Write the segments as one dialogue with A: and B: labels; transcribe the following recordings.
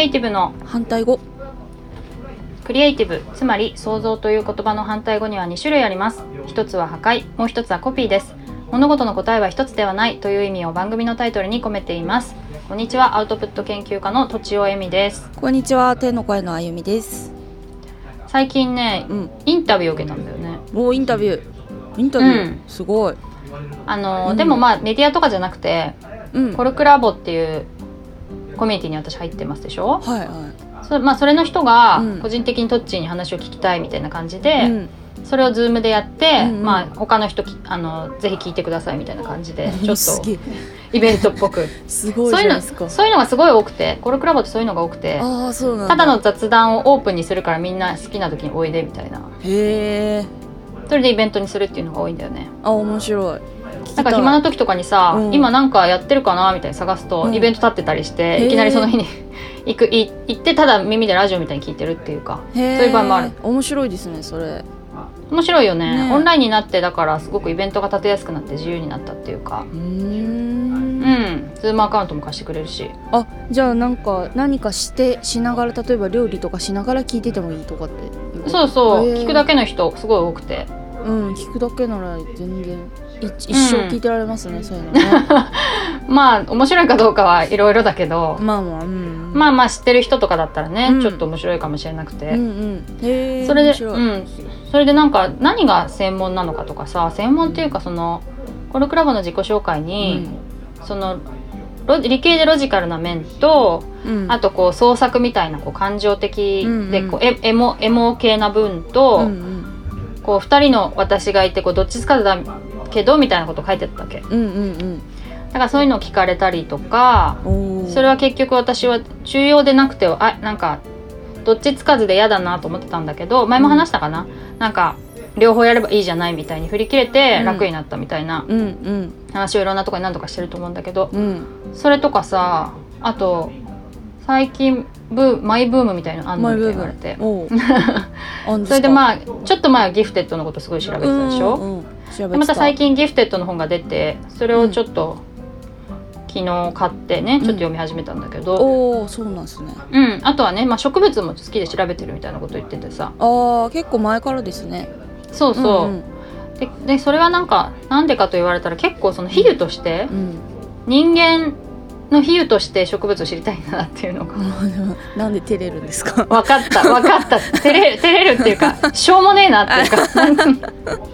A: イティブの
B: 反対語。
A: クリエイティブ、つまり創造という言葉の反対語には2種類あります。一つは破壊、もう一つはコピーです。物事の答えは一つではないという意味を番組のタイトルに込めています。こんにちは、アウトプット研究家のとちおえみです。
B: こんにちは、天の声のあゆみです。
A: 最近ね、インタビューを受けたんだよね。
B: インタビュー、すごい。
A: でもまあメディアとかじゃなくて、コルクラボっていうコミュニティに私入ってますでしょ。
B: はいはい。
A: それの人が個人的にトッチーに話を聞きたいみたいな感じで、それをズームでやって、他の人ぜひ聞いてくださいみたいな感じでちょっとイベントっぽく
B: すごいじゃないですか。
A: そういうのがすごい多くて、コルクラボってそういうのが多くて、
B: そうなんだ。
A: ただの雑談をオープンにするからみんな好きな時においでみたいな。
B: へー。
A: それでイベントにするっていうのが多いんだよね。
B: 面白い。
A: なんか暇な時とかにさ、今なんかやってるかなみたいに探すと、イベント立ってたりして、いきなりその日に行ってただ耳でラジオみたいに聞いてるっていうか、そういう場合もある。
B: 面白いですね、それ。
A: 面白いよね。オンラインになってだからすごくイベントが立てやすくなって自由になったっていうか、ズームアカウントも貸してくれるし。
B: じゃあ何かしながら、例えば料理とかしながら聞いててもいいとかって。
A: そう聞くだけの人すごい多くて、
B: 聞くだけなら全然一生聞いてられますね、そういうのね。
A: まあ面白いかどうかはいろいろだけど、まあ知ってる人とかだったらね、ちょっと面白いかもしれなくて、それでそれでなんか何が専門なのかとかさ、専門っていうか、そのコルクラボの自己紹介に、その理系でロジカルな面と、あとこう創作みたいなこう感情的でこうエモ系な分と、こう2人の私がいてこうどっちつかずだけどみたいなことを書いてあったわけ。だからそういうのを聞かれたりとか、それは結局私は中庸でなくて、なんかどっちつかずで嫌だなと思ってたんだけど、前も話したかな、なんか両方やればいいじゃないみたいに振り切れて楽になったみたいな話をいろんなところに何とかしてると思うんだけど、それとかさ、あと最近マイブームみたいなのあんのって言われてそれでちょっと前はギフテッドのことすごい調べてたでしょ。また最近ギフテッドの本が出て、それをちょっと昨日買ってね、ちょっと読み始めたんだけど、
B: そうなんですね。
A: あとはね、植物も好きで調べてるみたいなこと言っててさ。
B: 結構前からですね。
A: そう、でそれはなんでかと言われたら、結構その比喩として、人間の比喩として植物を知りたいなっていうのが
B: なんで照れるんですか。
A: 分かった照れるっていうか、しょうもねえなっていうか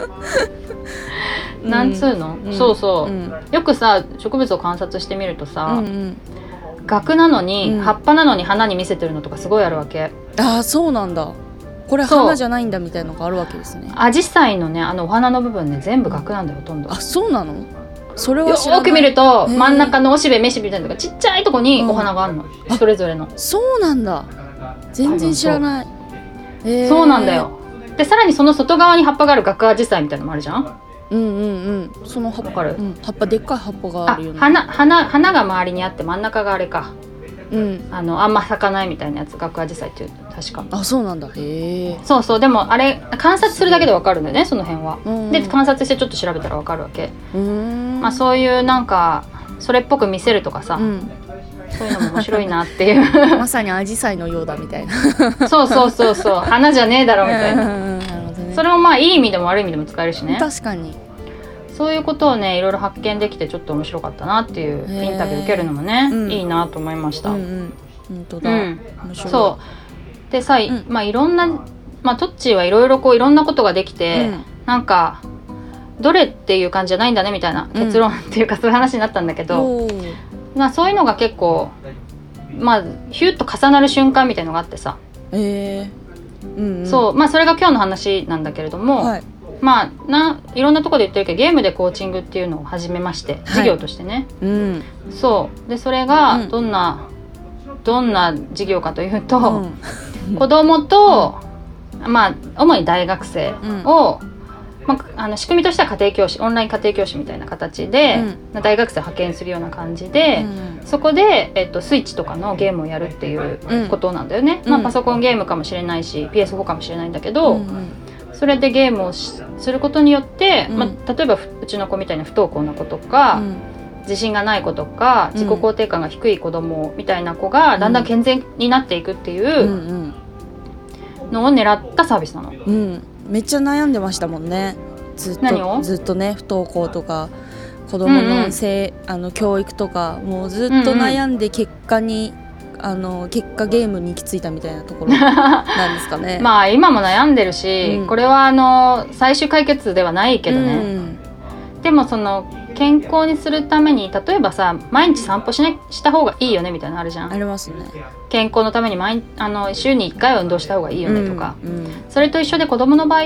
A: なんつうの、よくさ植物を観察してみるとさ、額なのに、葉っぱなのに花に見せてるのとかすごいあるわけ。
B: そうなんだ。これ花じゃないんだみたいなのがあるわけですね。
A: アジサイのね、お花の部分ね、全部額なんだよ、ほとんど。
B: そうなの。それは知らない。
A: よく見ると真ん中のおしべめしべみたいなのがちっちゃいとこにお花があるの、それぞれの。そう
B: なんだ。全然知らない。
A: そうなんだよ。でさらにその外側に葉っぱがある額アジサイみたいなのもあるじゃん。
B: その葉っぱ、
A: かる、
B: 葉っぱでっかい葉っぱがあるよね。
A: 花が周りにあって、真ん中があれか、あんま咲かないみたいなやつ、額アジサイっていう、確か。そうなんだ。そうでもあれ観察するだけで分かるんだよね、その辺は。で観察してちょっと調べたら分かるわけ。そういうなんかそれっぽく見せるとかさ、そういうのも面白いなっていう
B: まさにアジサイのようだみたいな
A: そう花じゃねえだろみたいなそれもいい意味でも悪い意味でも使えるしね。
B: 確かに
A: そういうことをね、いろいろ発見できてちょっと面白かったなっていう。インタビュー受けるのもね、いいなと思いました。
B: 本当だ、面白い。
A: そうでさ、いろんな、トッチーはいろいろこういろんなことができて、なんかどれっていう感じじゃないんだねみたいな結論っていうか、そういう話になったんだけど、そういうのが結構ヒュッと重なる瞬間みたいのがあってさ、そうそれが今日の話なんだけれども、いろんなところで言ってるけど、ゲームでコーチングっていうのを始めまして、授業としてね。そうでそれがどんな授業かというと、子供と、主に大学生を、仕組みとしては家庭教師、オンライン家庭教師みたいな形で、大学生を派遣するような感じで、そこで、スイッチとかのゲームをやるっていうことなんだよね。パソコンゲームかもしれないし PS4 かもしれないんだけど、それでゲームをすることによって、例えばうちの子みたいな不登校な子とか、 自信がない子とか自己肯定感が低い子供みたいな子がだんだん健全になっていくっていうのを狙ったサービスなの、
B: めっちゃ悩んでましたもんね。ずっとね、不登校とか子供の教育とかもうずっと悩んで結果ゲームに行き着いたみたいなところなんですかね。
A: まあ今も悩んでるし、これは最終解決ではないけどね、でもその健康にするために例えばさ毎日散歩した方がいいよねみたいなのあるじゃん。
B: ありますね。
A: 健康のために週に1回は運動した方がいいよねとか、それと一緒で子供の場合って、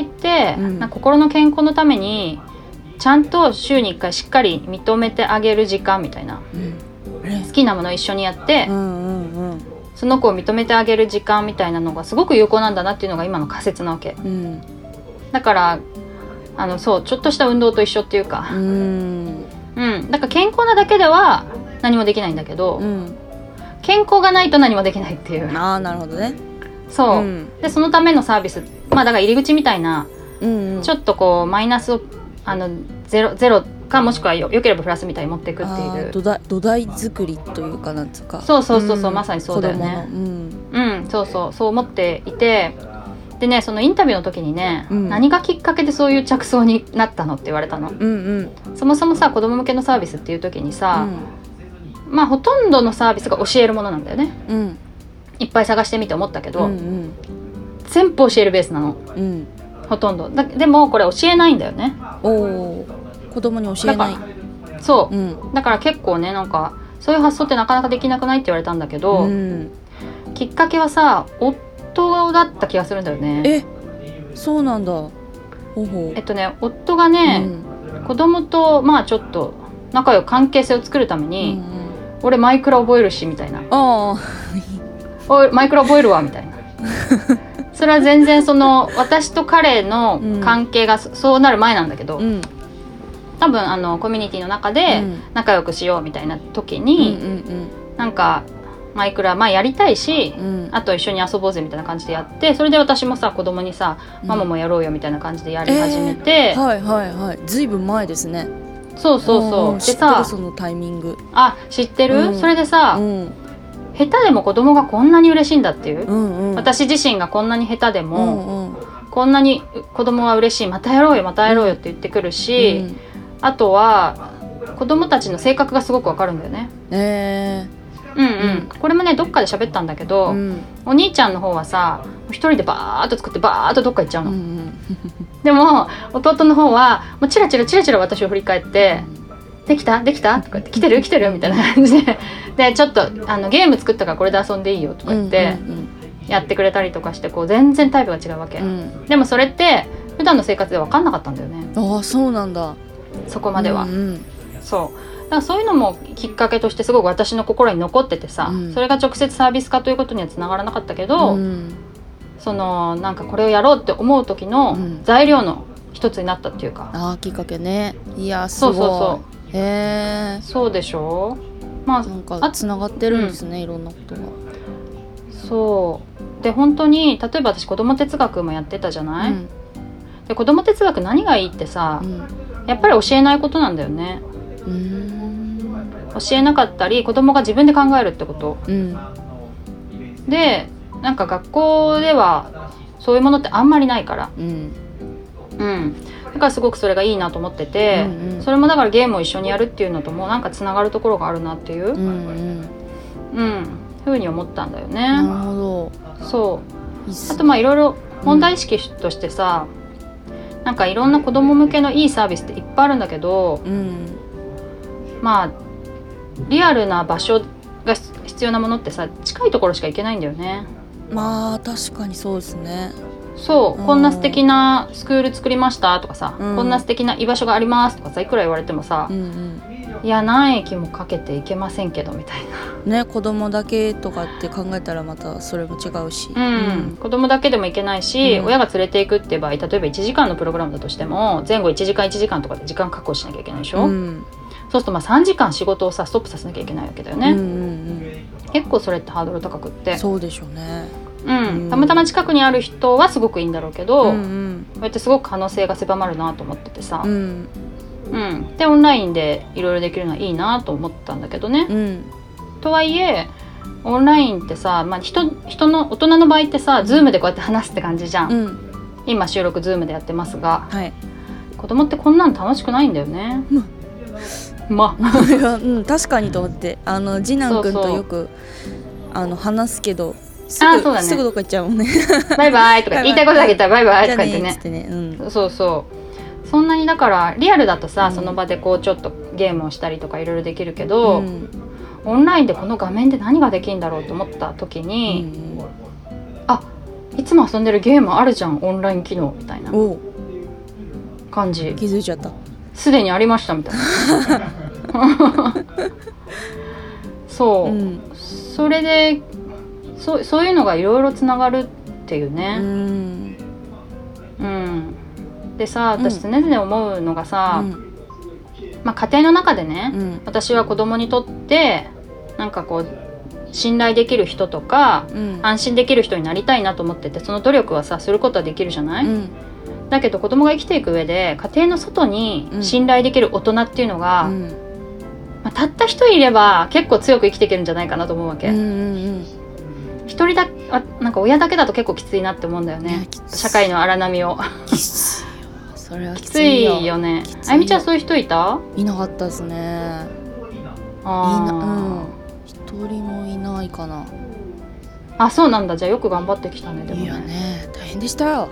A: 心の健康のためにちゃんと週に1回しっかり認めてあげる時間みたいな、好きなものを一緒にやって、その子を認めてあげる時間みたいなのがすごく有効なんだなっていうのが今の仮説なわけ、だからそうちょっとした運動と一緒っていうか、だから健康なだけでは何もできないんだけど、健康がないと何もできないっていう。
B: なるほどね。
A: そう、でそのためのサービス、だから入り口みたいな、ちょっとこうマイナスをゼロかもしくはよければプラスみたいに持っていくっていう
B: 土台作りというかなんつうか、
A: そうまさにそうだよね。そう思っていて、でねそのインタビューの時にね、何がきっかけでそういう着想になったのって言われたの、そもそもさ子供向けのサービスっていう時にさ、ほとんどのサービスが教えるものなんだよね、いっぱい探してみて思ったけど、全部教えるベースなの、ほとんどでもこれ教えないんだよね。
B: 子供に教えない。
A: そう、だから結構ねなんかそういう発想ってなかなかできなくないって言われたんだけど、きっかけはさ夫だった気がするんだよね。
B: そうなんだ。
A: 夫がね、子供とちょっと仲良く関係性を作るために、俺マイクラ覚えるしみたいな、マイクラ覚えるわみたいなそれは全然私と彼の関係がそうなる前なんだけど、多分コミュニティの中で仲良くしようみたいな時に、なんかマイクラやりたいし、あと一緒に遊ぼうぜみたいな感じでやって、それで私もさ子供にさ、ママもやろうよみたいな感じでやり始めて、
B: ずいぶん前ですね。
A: そうで
B: さ、知ってるそのタイミング。
A: 知ってる、それでさ、下手でも子供がこんなに嬉しいんだっていう、私自身がこんなに下手でも、こんなに子供は嬉しい、またやろうよって言ってくるし、あとは子供たちの性格がすごくわかるんだよね。これもねどっかで喋ったんだけど、お兄ちゃんの方はさ一人でバーッと作ってバーッとどっか行っちゃうの、でも弟の方はもうチラチラ私を振り返ってできたとか言って来てるみたいな感じでちょっとゲーム作ったからこれで遊んでいいよとか言ってやってくれたりとかして、こう全然タイプが違うわけ、でもそれって普段の生活で分かんなかったんだよね。
B: そうなんだ。
A: そこまでは、そうだからそういうのもきっかけとしてすごく私の心に残っててさ、それが直接サービス化ということにはつながらなかったけど、なんかこれをやろうって思う時の材料の一つになったっていうか、
B: きっかけね。いやすごい。
A: そうでしょ。
B: なんかつながってるんですね、いろんなことが。
A: そうで本当に例えば私子ども哲学もやってたじゃない、で子ども哲学何がいいってさ、やっぱり教えないことなんだよね。教えなかったり子供が自分で考えるってこと、でなんか学校ではそういうものってあんまりないから、だからすごくそれがいいなと思ってて、それもだからゲームを一緒にやるっていうのともなんかつながるところがあるなっていう、ふうに思ったんだよね。
B: なるほど。
A: そうあといろいろ問題意識としてさ、なんかいろんな子供向けのいいサービスっていっぱいあるんだけど、リアルな場所が必要なものってさ近いところしか行けないんだよね。
B: 確かにそうですね。
A: こんな素敵なスクール作りましたとかさ、こんな素敵な居場所がありますとかさいくら言われてもさ、いや何駅もかけて行けませんけどみたいな
B: ね。子供だけとかって考えたらまたそれも違うし、
A: 子供だけでも行けないし、親が連れて行くって場合例えば1時間のプログラムだとしても前後1時間とかで時間確保しなきゃいけないでしょ、そうすると3時間仕事をさストップさせなきゃいけないわけだよね、結構それってハードル高くって。
B: そうでしょうね。
A: たまたま近くにある人はすごくいいんだろうけど、こうやってすごく可能性が狭まるなと思っててさ、 でオンラインでいろいろできるのはいいなと思ったんだけどね、とはいえオンラインってさ、人の大人の場合ってさ、ズームでこうやって話すって感じじゃん、今収録ズームでやってますが、子供ってこんなの楽しくないんだよね、
B: 確かにと思って、次男くんとよく話すけどすぐどっか行っちゃうもんね
A: バイバイとか言いたいことだけ言ったらバイバイとか言ってね、そんなにだからリアルだとさ、その場でこうちょっとゲームをしたりとかいろいろできるけど、オンラインでこの画面で何ができるんだろうと思った時に、いつも遊んでるゲームあるじゃん、オンライン機能みたいな感じ、
B: 気づいちゃった、
A: すでにありましたみたいなそう、それでそういうのがいろいろつながるっていうね、でさ、私常々思うのがさ、家庭の中でね、私は子供にとってなんかこう信頼できる人とか、安心できる人になりたいなと思ってて、その努力はさすることはできるじゃない、だけど子供が生きていく上で家庭の外に信頼できる大人っていうのが、たった一人いれば結構強く生きていけるんじゃないかなと思うわけ、一人なんか親だけだと結構きついなって思うんだよね、社会の荒波を
B: それは
A: きついよね。あゆみちゃんそういう人いた？
B: いなかったですね。一人もいないかな。
A: あ、そうなんだ。じゃあよく頑張ってきたね。でもね、
B: いやね、大変でしたよ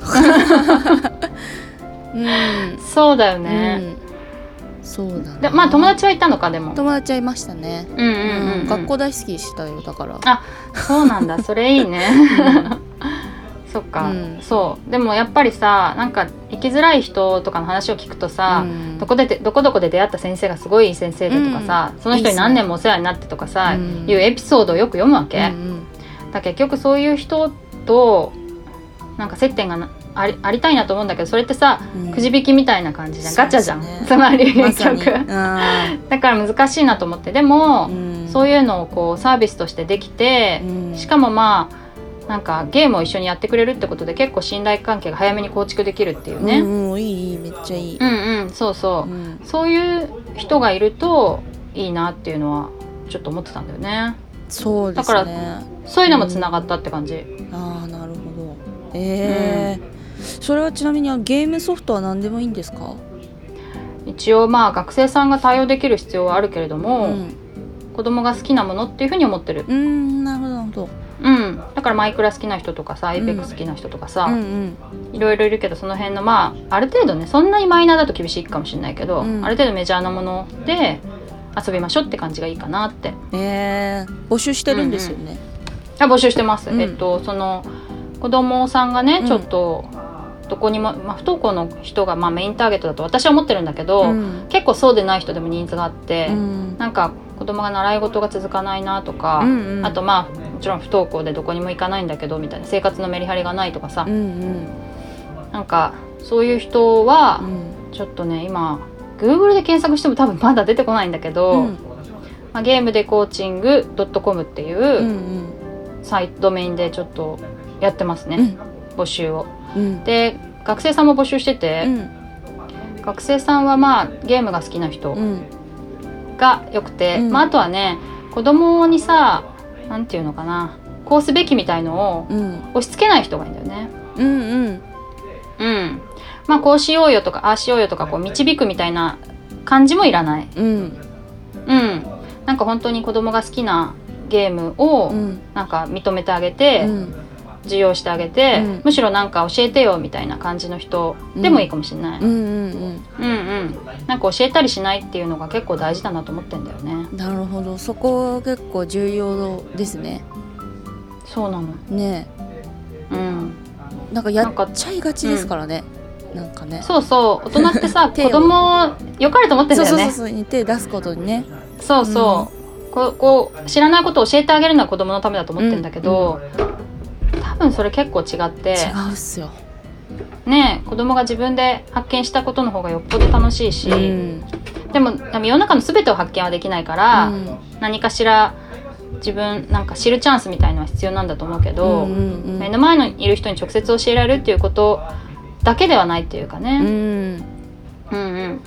A: そうだよね、
B: そうだね。
A: で友達はいたのか。でも
B: 友達はいましたね。学校大好きでしたよ。だから
A: あ、そうなんだそれいいねそっか、そうでもやっぱりさ、なんか生きづらい人とかの話を聞くとさ、どこどこで出会った先生がすごいいい先生でとかさ、その人に何年もお世話になってとかさ、いうエピソードをよく読むわけ、だ結局そういう人となんか接点がありたいなと思うんだけど、それってさ、くじ引きみたいな感じじゃん、ガチャじゃん、つまり結局だから難しいなと思って。でも、そういうのをこうサービスとしてできて、しかもなんかゲームを一緒にやってくれるってことで結構信頼関係が早めに構築できるっていうね、
B: いいめっちゃいい、
A: そうそう、そういう人がいるといいなっていうのはちょっと思ってたんだよね。
B: そうですね。
A: だからそういうのもつながったって感じ、
B: ああなるほど。それはちなみにゲームソフトは何でもいいんですか？
A: 一応学生さんが対応できる必要はあるけれども、子供が好きなものっていうふうに思ってる。
B: なるほどなるほど。
A: だからマイクラ好きな人とかさ、エイペックス好きな人とかさ、いろいろいるけど、その辺のある程度ね、そんなにマイナーだと厳しいかもしれないけど、ある程度メジャーなもので遊びましょうって感じがいいかなって。
B: 募集してるんですよね。
A: 募集してます。その子供さんがね、ちょっとどこにも、不登校の人がメインターゲットだと私は思ってるんだけど、結構そうでない人でもニーズがあって、なんか子供が習い事が続かないなとか、あともちろん不登校でどこにも行かないんだけどみたいな、生活のメリハリがないとかさ、なんかそういう人はちょっとね、今 Google で検索しても多分まだ出てこないんだけど、ゲームでコーチング .com っていうサイトドメインでちょっとやってますね、募集を。で学生さんも募集してて、学生さんはゲームが好きな人がよくて、あとはね、子供にさ、なんていうのかな、こうすべきみたいのを押し付けない人がいいんだよね。こうしようよとかああしようよとかこう導くみたいな感じもいらない。なんか本当に子供が好きなゲームをなんか認めてあげて、授業してあげて、むしろなんか教えてよみたいな感じの人でもいいかもしれない。なんか教えたりしないっていうのが結構大事だなと思ってんだよね。
B: なるほど、そこ結構重要ですね。
A: そうなの
B: ね。なんかやっちゃいがちですからね。なんかね。そうそう、大人ってさ子供良かれと思ってんだよね。そうに手出すことにね。こう知らないことを教えてあげるのは子供のためだと思ってんだけど、多分それ結構違って。 違うっすよ
A: ね。子供が自分で発見したことの方がよっぽど楽しいし、でも世の中の全てを発見はできないから、何かしら自分なんか知るチャンスみたいのは必要なんだと思うけど、目の前にいる人に直接教えられるっていうことだけではないっていうかね。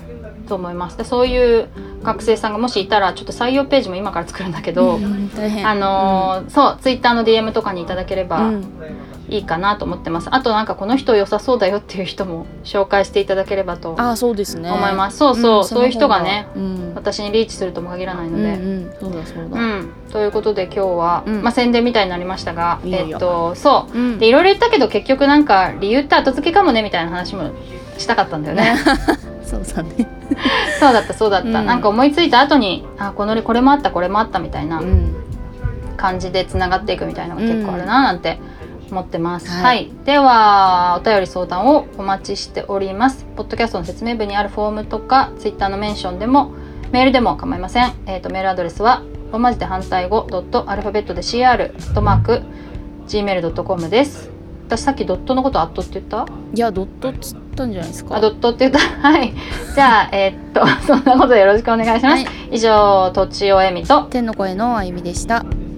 A: と思います。でそういう学生さんがもしいたらちょっと採用ページも今から作るんだけど、
B: 大変
A: そうツイッターの DM とかにいただければいいかなと思ってます。あとなんかこの人良さそうだよっていう人も紹介していただければと
B: そうですね
A: 思います。そうそう、そういう人がね、私にリーチするとも限らないので、
B: そうだそうだ、
A: ということで今日は、宣伝みたいになりましたが、そう、でいろいろ言ったけど結局なんか理由って後付けかもねみたいな話もしたかったんだよね。
B: そうだね
A: そうだった、なんか思いついた後にこれもあったこれもあったみたいな感じでつながっていくみたいなのが結構あるななんて思ってます、はい、ではお便り相談をお待ちしております。ポッドキャストの説明文にあるフォームとかツイッターのメンションでもメールでも構いません。メールアドレスはローマ字で反対語アルファベットで CR@gmail.com です。私さっきドットのことアットって言った？
B: いやドットっつったんじゃないですか。
A: ドットって言ったはいじゃあそんなことでよろしくお願いします、以上とちおえみと
B: 天の声のあゆみでした。